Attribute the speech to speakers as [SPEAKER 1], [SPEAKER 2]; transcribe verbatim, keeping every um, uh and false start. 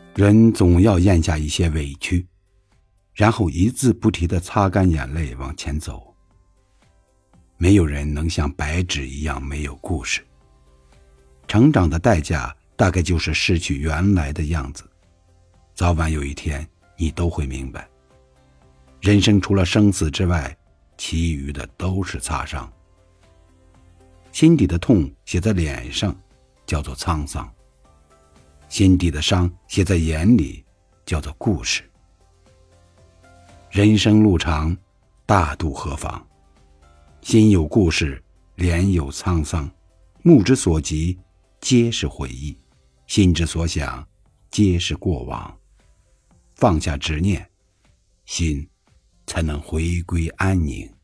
[SPEAKER 1] 人总要咽下一些委屈，然后一字不提地擦干眼泪往前走。没有人能像白纸一样没有故事。成长的代价大概就是失去原来的样子，早晚有一天你都会明白，人生除了生死之外，其余的都是擦伤。心底的痛写在脸上，叫做沧桑；心底的伤写在眼里，叫做故事。人生路长，大度何妨？心有故事，脸有沧桑，目之所及，皆是回忆；心之所想，皆是过往。放下执念，心才能回归安宁。